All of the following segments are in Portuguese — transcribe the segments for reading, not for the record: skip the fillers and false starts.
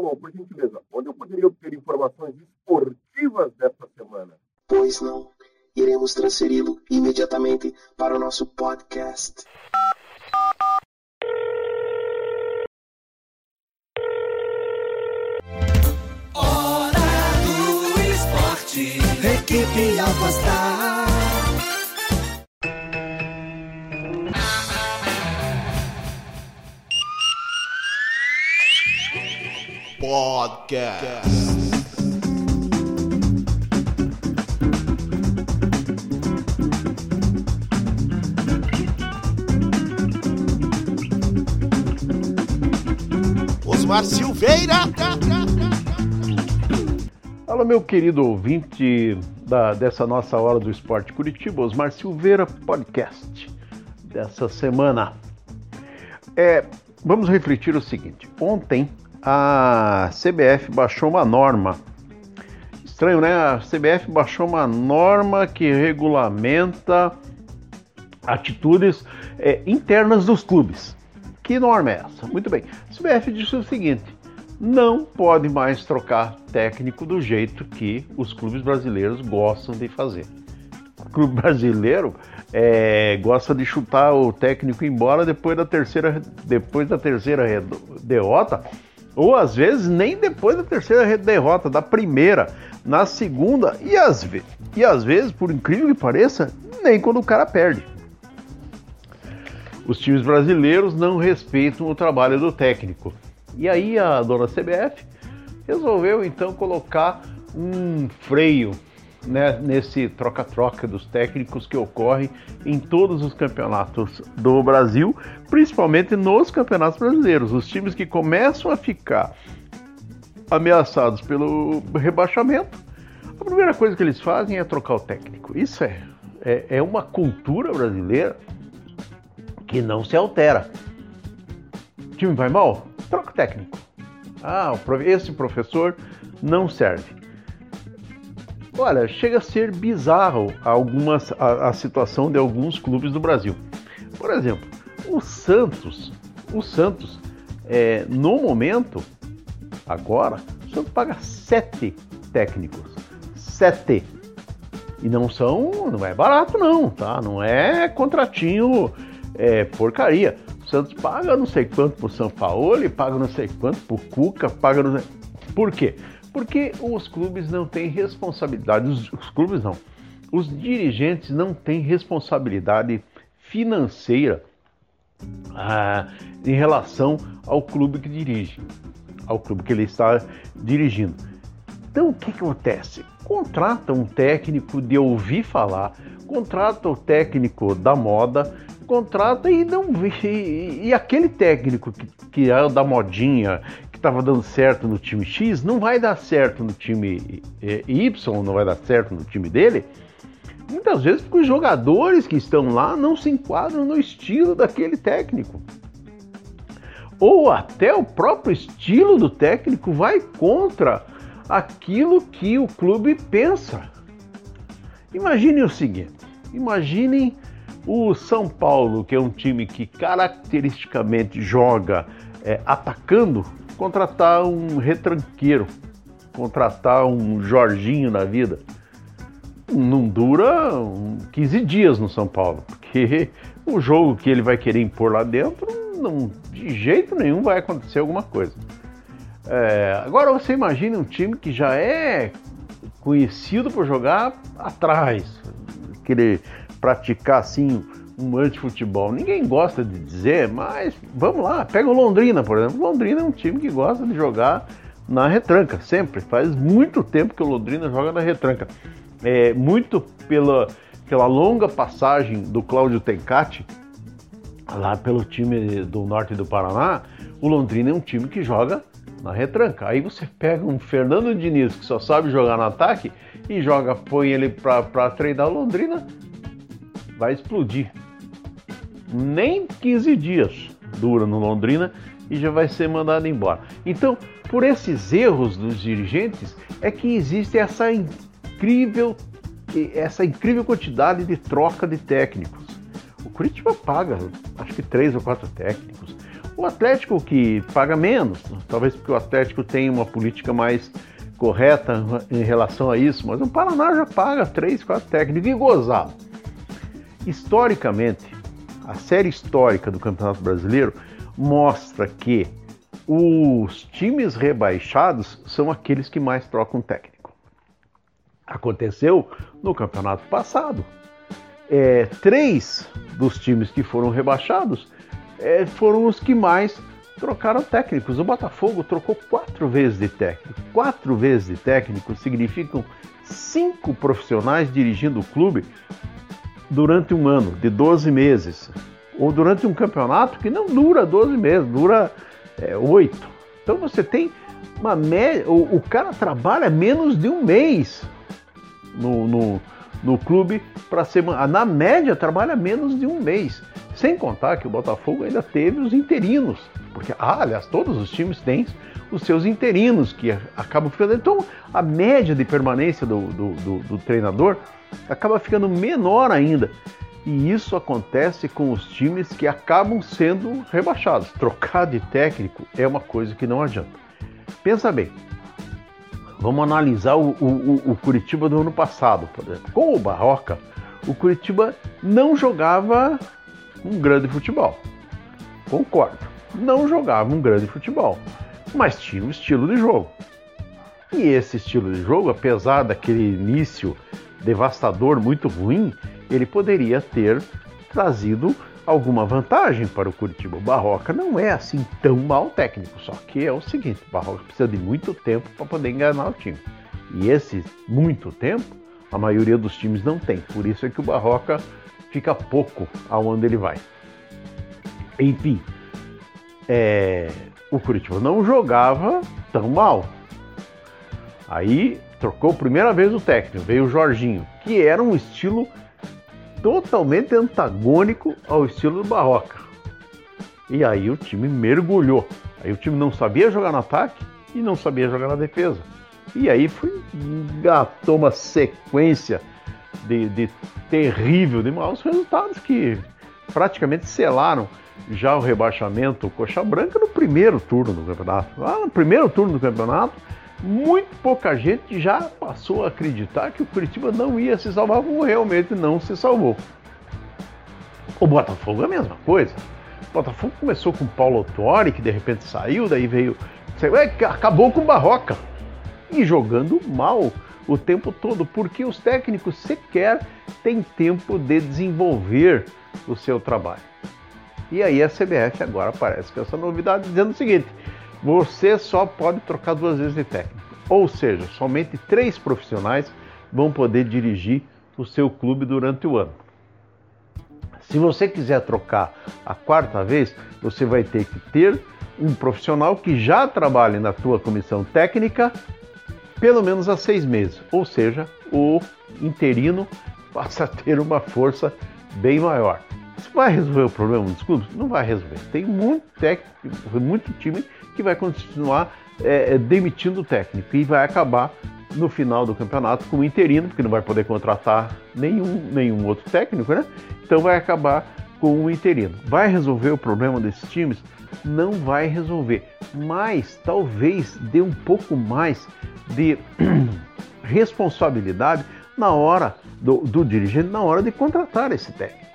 Simão, por gentileza, onde eu poderia obter informações esportivas desta semana? Pois não. Iremos transferi-lo imediatamente para o nosso podcast. Hora do Esporte. Equipe Apostar. Podcast. Osmar Silveira. Fala, meu querido ouvinte dessa nossa Hora do Esporte Curitiba, Osmar Silveira, podcast dessa semana. Vamos refletir o seguinte: ontem a CBF baixou uma norma. Estranho, né? A CBF baixou uma norma que regulamenta atitudes internas dos clubes. Que norma é essa? Muito bem. A CBF disse o seguinte: não pode mais trocar técnico do jeito que os clubes brasileiros gostam de fazer. O clube brasileiro gosta de chutar o técnico embora depois da terceira derrota, ou às vezes nem depois da terceira derrota, da primeira, na segunda, e às vezes, por incrível que pareça, nem quando o cara perde. Os times brasileiros não respeitam o trabalho do técnico. E aí a dona CBF resolveu então colocar um freio, né, nesse troca-troca dos técnicos que ocorre em todos os campeonatos do Brasil, principalmente nos campeonatos brasileiros. Os times que começam a ficar ameaçados pelo rebaixamento, a primeira coisa que eles fazem é trocar o técnico. Isso é uma cultura brasileira que não se altera. O time vai mal? Troca o técnico. Esse professor não serve. Olha, chega a ser bizarro a situação de alguns clubes do Brasil. Por exemplo, o Santos, no momento, agora, o Santos paga 7 técnicos. 7. E não é barato não, tá? Não é contratinho porcaria. O Santos paga não sei quanto pro Sampaoli, paga não sei quanto pro Cuca, paga não sei... Por quê? Porque os clubes não têm responsabilidade, os dirigentes não têm responsabilidade financeira em relação ao clube que dirige, ao clube que ele está dirigindo. Então o que acontece? Contrata um técnico de ouvir falar, contrata o técnico da moda, contrata e aquele técnico que é o da modinha, que estava dando certo no time X, não vai dar certo no time Y, não vai dar certo no time dele, muitas vezes porque os jogadores que estão lá não se enquadram no estilo daquele técnico. Ou até o próprio estilo do técnico vai contra aquilo que o clube pensa. Imaginem o seguinte, imaginem o São Paulo, que é um time que caracteristicamente joga atacando, contratar um retranqueiro, contratar um Jorginho na vida. Não dura 15 dias no São Paulo, porque o jogo que ele vai querer impor lá dentro, de jeito nenhum vai acontecer alguma coisa. Agora você imagina um time que já é conhecido por jogar atrás, querer praticar assim um antifutebol. Ninguém gosta de dizer, mas vamos lá, pega o Londrina, por exemplo. O Londrina é um time que gosta de jogar na retranca, sempre. Faz muito tempo que o Londrina joga na retranca. Muito pela longa passagem do Cláudio Tencati, lá pelo time do norte do Paraná, o Londrina é um time que joga na retranca. Aí você pega um Fernando Diniz, que só sabe jogar no ataque, e põe ele para treinar o Londrina, vai explodir. Nem 15 dias dura no Londrina e já vai ser mandado embora. Então, por esses erros dos dirigentes, é que existe essa incrível quantidade de troca de técnicos. O Curitiba paga, acho que 3 ou 4 técnicos. O Atlético que paga menos, talvez porque o Atlético tem uma política mais correta em relação a isso, mas o Paraná já paga 3, 4 técnicos e gozado. Historicamente, a série histórica do Campeonato Brasileiro mostra que os times rebaixados são aqueles que mais trocam técnico. Aconteceu no campeonato passado. 3 dos times que foram rebaixados foram os que mais trocaram técnicos. O Botafogo trocou 4 vezes de técnico. 4 vezes de técnico significam 5 profissionais dirigindo o clube durante um ano, de 12 meses. Ou durante um campeonato que não dura 12 meses, dura 8. Então você tem uma média. O cara trabalha menos de um mês no clube para ser. Na média trabalha menos de um mês. Sem contar que o Botafogo ainda teve os interinos. Porque, aliás, todos os times têm os seus interinos que acabam ficando. Então, a média de permanência do treinador acaba ficando menor ainda. E isso acontece com os times que acabam sendo rebaixados. Trocar de técnico é uma coisa que não adianta. Pensa bem. Vamos analisar o Curitiba do ano passado, por exemplo. Com o Barroca, o Curitiba não jogava um grande futebol. Concordo. Não jogava um grande futebol, mas tinha um estilo de jogo. E esse estilo de jogo, apesar daquele início devastador, muito ruim, ele poderia ter trazido alguma vantagem para o Curitiba. O Barroca não é assim tão mau técnico, só que é o seguinte, o Barroca precisa de muito tempo para poder enganar o time. E esse muito tempo, a maioria dos times não tem. Por isso é que o Barroca fica pouco aonde ele vai. Enfim, o Curitiba não jogava tão mal. Aí trocou a primeira vez o técnico, veio o Jorginho, que era um estilo totalmente antagônico ao estilo do Barroca. E aí o time mergulhou. Aí o time não sabia jogar no ataque e não sabia jogar na defesa. E aí engatou uma sequência de terrível, de maus resultados que praticamente selaram já o rebaixamento, o Coxa Branca, no primeiro turno do campeonato. Lá no primeiro turno do campeonato, muito pouca gente já passou a acreditar que o Curitiba não ia se salvar, como realmente não se salvou. O Botafogo é a mesma coisa. O Botafogo começou com o Paulo Autuori, que de repente saiu, daí veio... acabou com o Barroca. E jogando mal o tempo todo, porque os técnicos sequer têm tempo de desenvolver o seu trabalho. E aí a CBF agora aparece com essa novidade dizendo o seguinte: você só pode trocar 2 vezes de técnico. Ou seja, somente 3 profissionais vão poder dirigir o seu clube durante o ano. Se você quiser trocar a 4ª vez, você vai ter que ter um profissional que já trabalhe na tua comissão técnica pelo menos há 6 meses. Ou seja, o interino passa a ter uma força bem maior. Isso vai resolver o problema dos clubes? Não vai resolver. Tem muito técnico, muito time que vai continuar demitindo o técnico e vai acabar no final do campeonato com o interino, porque não vai poder contratar nenhum outro técnico, né? Então vai acabar com o interino. Vai resolver o problema desses times? Não vai resolver, mas talvez dê um pouco mais de responsabilidade na hora do dirigente, na hora de contratar esse técnico.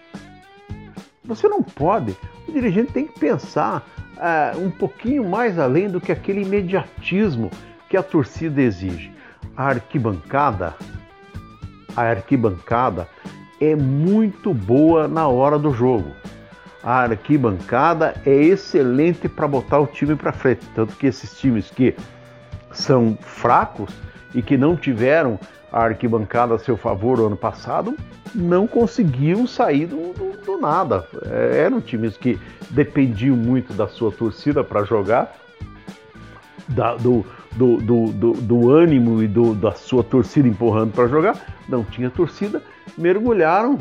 Você não pode, o dirigente tem que pensar um pouquinho mais além do que aquele imediatismo que a torcida exige. A arquibancada é muito boa na hora do jogo. A arquibancada é excelente para botar o time para frente. Tanto que esses times que são fracos e que não tiveram a arquibancada a seu favor no ano passado, não conseguiam sair do nada. Eram times que dependiam muito da sua torcida para jogar, do ânimo e da sua torcida empurrando para jogar. Não tinha torcida, mergulharam.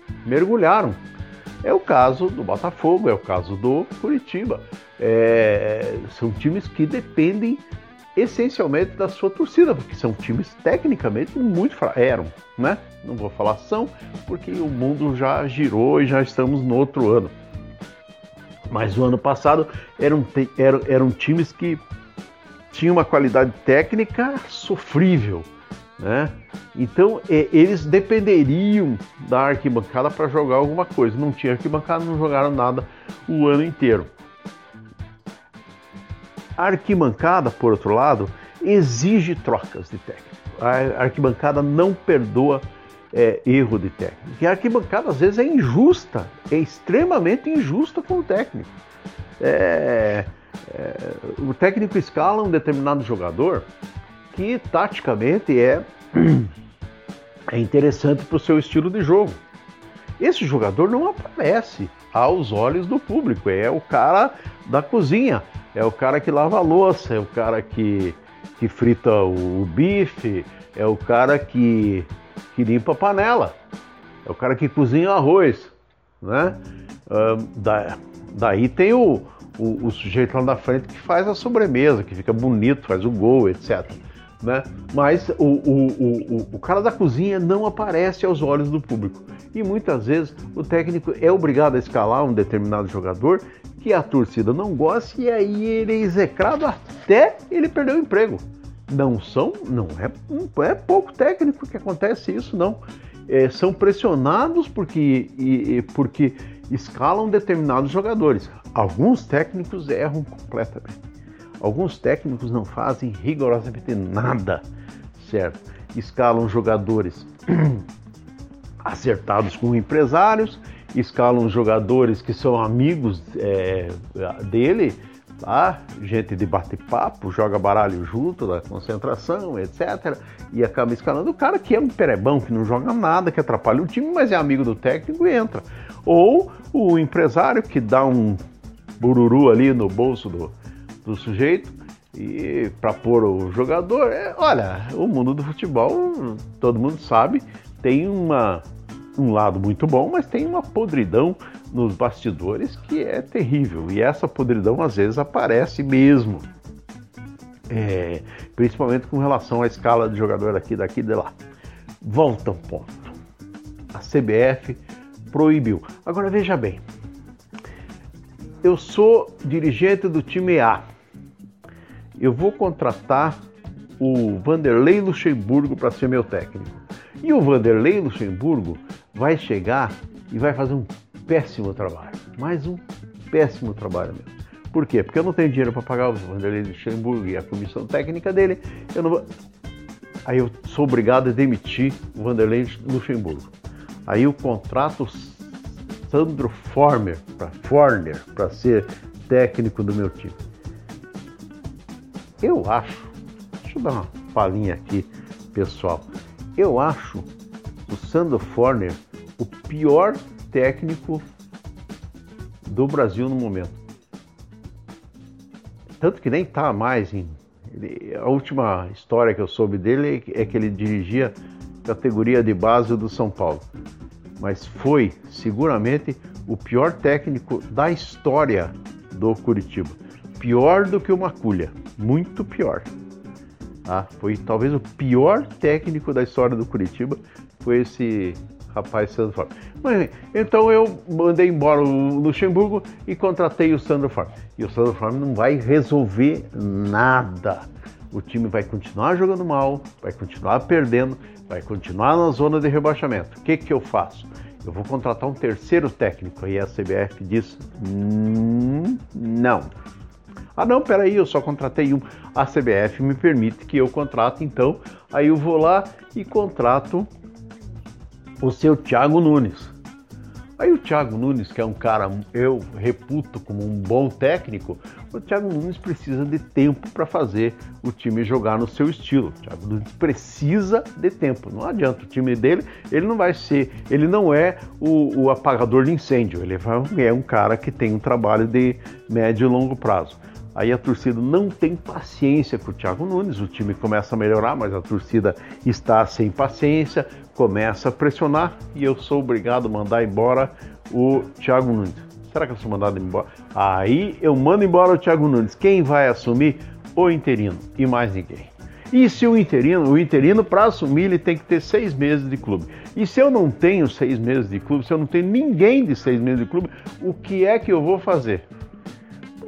É o caso do Botafogo, é o caso do Curitiba. São times que dependem essencialmente da sua torcida, porque são times tecnicamente muito fracos. Eram, né? Não vou falar são, porque o mundo já girou e já estamos no outro ano. Mas o ano passado eram times que tinham uma qualidade técnica sofrível, né? Então eles dependeriam da arquibancada para jogar alguma coisa. Não tinha arquibancada, não jogaram nada o ano inteiro. A arquibancada, por outro lado, exige trocas de técnico. A arquibancada não perdoa erro de técnico. E a arquibancada às vezes é injusta, é extremamente injusta com o técnico. O técnico escala um determinado jogador que taticamente é interessante para o seu estilo de jogo. Esse jogador não aparece aos olhos do público, é o cara da cozinha, é o cara que lava a louça, é o cara que frita o bife, é o cara que limpa a panela, é o cara que cozinha o arroz, né? Daí tem o sujeito lá na frente que faz a sobremesa, que fica bonito, faz o gol, etc. Né? Mas o cara da cozinha não aparece aos olhos do público. E muitas vezes o técnico é obrigado a escalar um determinado jogador que a torcida não gosta e aí ele é execrado até ele perder o emprego. Não é pouco técnico que acontece isso, não. São pressionados porque escalam determinados jogadores. Alguns técnicos erram completamente. Alguns técnicos não fazem rigorosamente nada, certo? Escalam jogadores acertados com empresários, escalam jogadores que são amigos dele, tá? Gente de bate-papo, joga baralho junto, da concentração, etc. E acaba escalando o cara que é um perebão, que não joga nada, que atrapalha o time, mas é amigo do técnico e entra. Ou o empresário que dá um bururu ali no bolso do sujeito e para pôr o jogador. Olha, o mundo do futebol, todo mundo sabe, tem um lado muito bom, mas tem uma podridão nos bastidores que é terrível, e essa podridão às vezes aparece mesmo, principalmente com relação à escala de jogador daqui e de lá. Volta um ponto, a CBF proibiu. Agora veja bem, eu sou dirigente do time A, eu vou contratar o Vanderlei Luxemburgo para ser meu técnico. E o Vanderlei Luxemburgo vai chegar e vai fazer um péssimo trabalho. Mais um péssimo trabalho mesmo. Por quê? Porque eu não tenho dinheiro para pagar o Vanderlei Luxemburgo e a comissão técnica dele. Aí eu sou obrigado a demitir o Vanderlei Luxemburgo. Aí eu contrato o Sandro Forner para ser técnico do meu time. Eu acho, deixa eu dar uma palhinha aqui, pessoal. Eu acho o Sandro Forner o pior técnico do Brasil no momento. Tanto que nem está mais a última história que eu soube dele é que ele dirigia categoria de base do São Paulo. Mas foi seguramente o pior técnico da história do Curitiba. Pior do que o Maculha, muito pior. Foi talvez o pior técnico da história do Curitiba, foi esse rapaz Sandro Forner. Mas, então eu mandei embora o Luxemburgo e contratei o Sandro Forner. E o Sandro Forner não vai resolver nada. O time vai continuar jogando mal, vai continuar perdendo, vai continuar na zona de rebaixamento. O que eu faço? Eu vou contratar um terceiro técnico. Aí a CBF diz, não. Não, peraí, eu só contratei um. A CBF me permite que eu contrate, então. Aí eu vou lá e contrato o seu Thiago Nunes. Aí o Thiago Nunes, que é um cara, eu reputo como um bom técnico, o Thiago Nunes precisa de tempo para fazer o time jogar no seu estilo. O Thiago Nunes precisa de tempo. Não adianta, o time dele, ele não é o apagador de incêndio, ele é um cara que tem um trabalho de médio e longo prazo. Aí a torcida não tem paciência com o Thiago Nunes, o time começa a melhorar, mas a torcida está sem paciência, começa a pressionar e eu sou obrigado a mandar embora o Thiago Nunes. Será que eu sou mandado embora? Aí eu mando embora o Thiago Nunes. Quem vai assumir? O interino e mais ninguém. E se o interino para assumir ele tem que ter 6 meses de clube. E se eu não tenho 6 meses de clube, se eu não tenho ninguém de 6 meses de clube, o que é que eu vou fazer?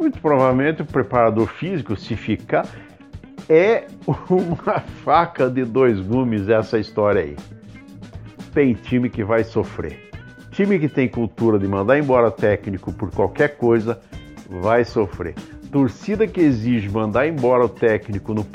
muito provavelmente o preparador físico, se ficar, é uma faca de dois gumes essa história aí. Tem time que vai sofrer. Time que tem cultura de mandar embora técnico por qualquer coisa, vai sofrer. Torcida que exige mandar embora o técnico na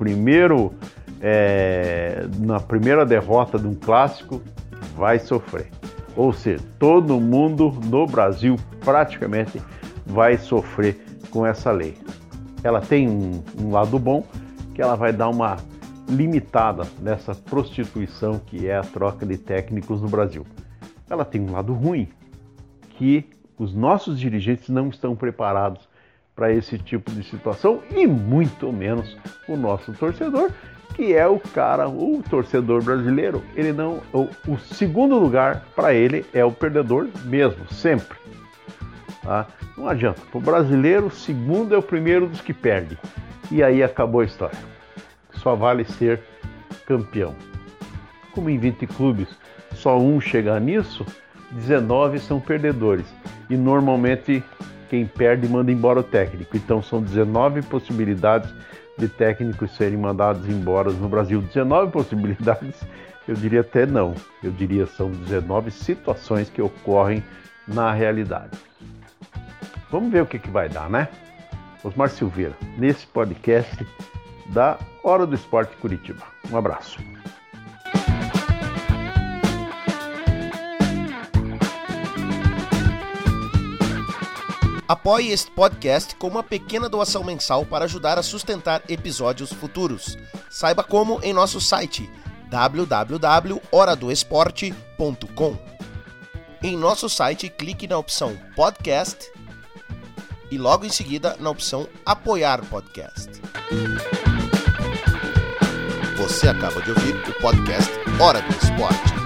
primeira derrota de um clássico, vai sofrer. Ou seja, todo mundo no Brasil praticamente vai sofrer com essa lei. Ela tem um lado bom, que ela vai dar uma limitada nessa prostituição que é a troca de técnicos no Brasil. Ela tem um lado ruim, que os nossos dirigentes não estão preparados para esse tipo de situação e muito menos o nosso torcedor, que é o torcedor brasileiro. Ele não, o segundo lugar para ele é o perdedor mesmo, sempre. Tá? Não adianta. Para o brasileiro, o segundo é o primeiro dos que perde. E aí acabou a história. Só vale ser campeão. Como em 20 clubes só um chegar nisso, 19 são perdedores. E normalmente quem perde manda embora o técnico. Então são 19 possibilidades de técnicos serem mandados embora no Brasil. 19 possibilidades, eu diria até não. Eu diria são 19 situações que ocorrem na realidade. Vamos ver o que vai dar, né? Osmar Silveira, nesse podcast da Hora do Esporte Curitiba. Um abraço. Apoie este podcast com uma pequena doação mensal para ajudar a sustentar episódios futuros. Saiba como em nosso site www.horadoesporte.com. Em nosso site, clique na opção Podcast e logo em seguida na opção Apoiar Podcast. Você acaba de ouvir o podcast Hora do Esporte.